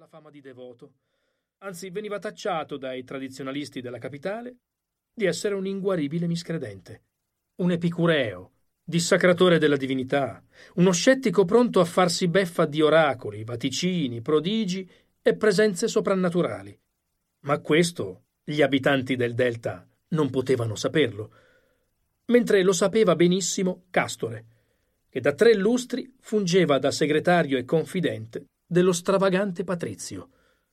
la fama di devoto. Anzi, veniva tacciato dai tradizionalisti della capitale di essere un inguaribile miscredente, un epicureo, dissacratore della divinità, uno scettico pronto a farsi beffa di oracoli, vaticini, prodigi e presenze soprannaturali. Ma questo gli abitanti del Delta non potevano saperlo, mentre lo sapeva benissimo Castore, che da 3 lustri fungeva da segretario e confidente dello stravagante Patrizio.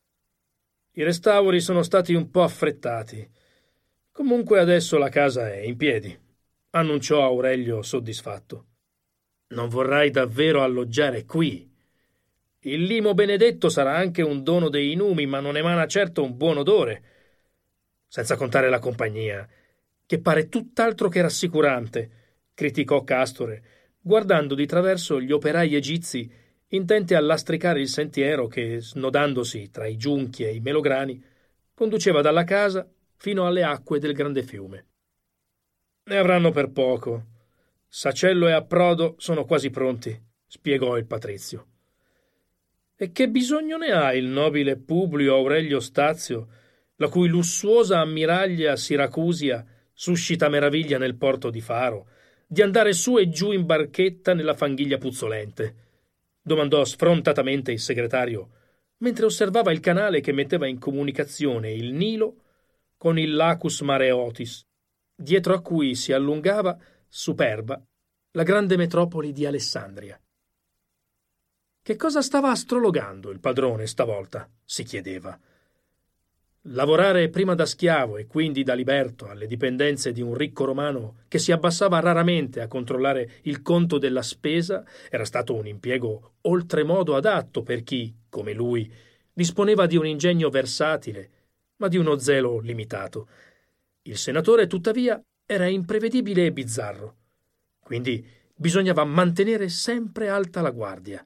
I restauri sono stati un po' affrettati. Comunque adesso la casa è in piedi, annunciò Aurelio soddisfatto. Non vorrai davvero alloggiare qui? Il limo benedetto sarà anche un dono dei numi, ma non emana certo un buon odore. Senza contare la compagnia, che pare tutt'altro che rassicurante, criticò Castore, guardando di traverso gli operai egizi intenti a lastricare il sentiero che, snodandosi tra i giunchi e i melograni, conduceva dalla casa fino alle acque del grande fiume. Ne avranno per poco. Sacello e approdo sono quasi pronti, spiegò il Patrizio. E che bisogno ne ha il nobile Publio Aurelio Stazio, la cui lussuosa ammiraglia Siracusia suscita meraviglia nel porto di Faro, di andare su e giù in barchetta nella fanghiglia puzzolente? Domandò sfrontatamente il segretario, mentre osservava il canale che metteva in comunicazione il Nilo con il Lacus Mareotis, dietro a cui si allungava, superba, la grande metropoli di Alessandria. Che cosa stava astrologando il padrone stavolta? Si chiedeva. Lavorare prima da schiavo e quindi da liberto alle dipendenze di un ricco romano che si abbassava raramente a controllare il conto della spesa era stato un impiego oltremodo adatto per chi, come lui, disponeva di un ingegno versatile, ma di uno zelo limitato. Il senatore, tuttavia, era imprevedibile e bizzarro. Quindi bisognava mantenere sempre alta la guardia.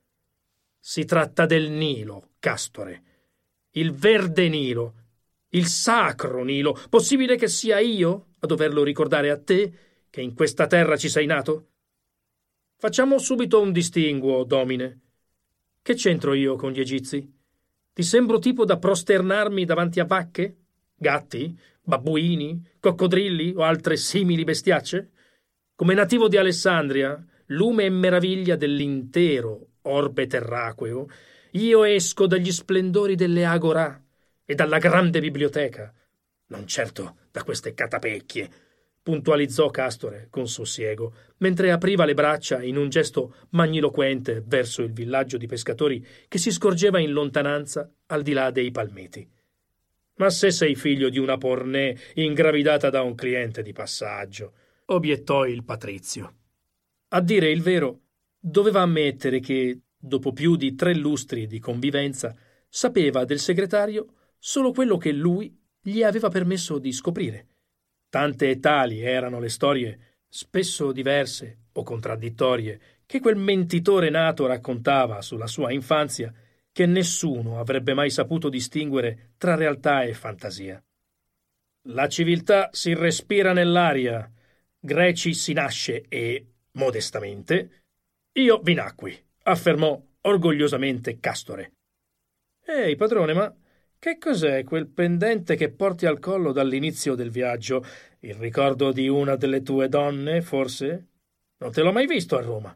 Si tratta del Nilo, Castore. Il verde Nilo, il sacro Nilo. Possibile che sia io a doverlo ricordare a te, che in questa terra ci sei nato? Facciamo subito un distinguo, domine. Che c'entro io con gli egizi? Ti sembro tipo da prosternarmi davanti a vacche, gatti, babbuini, coccodrilli o altre simili bestiacce? Come nativo di Alessandria, lume e meraviglia dell'intero orbe terraqueo, io esco dagli splendori delle agorà e dalla grande biblioteca, non certo da queste catapecchie, puntualizzò Castore con sussiego, mentre apriva le braccia in un gesto magniloquente verso il villaggio di pescatori che si scorgeva in lontananza al di là dei palmeti. Ma se sei figlio di una pornè ingravidata da un cliente di passaggio, obiettò il Patrizio. A dire il vero, doveva ammettere che, dopo più di 3 lustri di convivenza, sapeva del segretario solo quello che lui gli aveva permesso di scoprire. Tante e tali erano le storie, spesso diverse o contraddittorie, che quel mentitore nato raccontava sulla sua infanzia, che nessuno avrebbe mai saputo distinguere tra realtà e fantasia. La civiltà si respira nell'aria, greci si nasce e, modestamente, io vi nacqui, affermò orgogliosamente Castore. Ehi, padrone, ma che cos'è quel pendente che porti al collo dall'inizio del viaggio? Il ricordo di una delle tue donne, forse? Non te l'ho mai visto a Roma.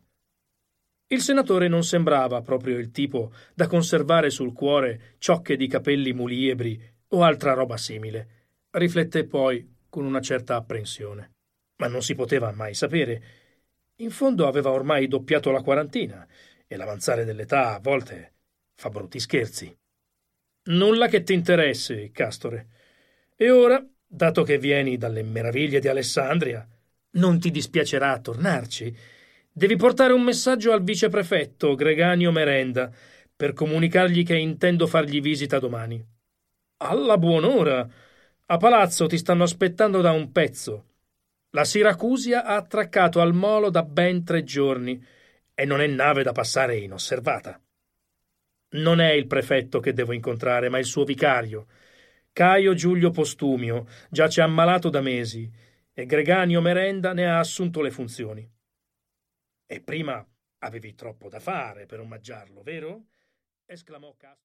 Il senatore non sembrava proprio il tipo da conservare sul cuore ciocche di capelli muliebri o altra roba simile. Rifletté poi con una certa apprensione. Ma non si poteva mai sapere. In fondo aveva ormai doppiato la quarantina e l'avanzare dell'età a volte fa brutti scherzi. Nulla che ti interessi, Castore. E ora, dato che vieni dalle meraviglie di Alessandria, non ti dispiacerà tornarci. Devi portare un messaggio al viceprefetto Greganio Merenda per comunicargli che intendo fargli visita domani. Alla buon'ora! A palazzo ti stanno aspettando da un pezzo. La Siracusia ha attraccato al molo da ben 3 giorni e non è nave da passare inosservata. Non è il prefetto che devo incontrare, ma il suo vicario. Caio Giulio Postumio giace ammalato da mesi e Greganio Merenda ne ha assunto le funzioni. E prima avevi troppo da fare per omaggiarlo, vero? Esclamò Castro.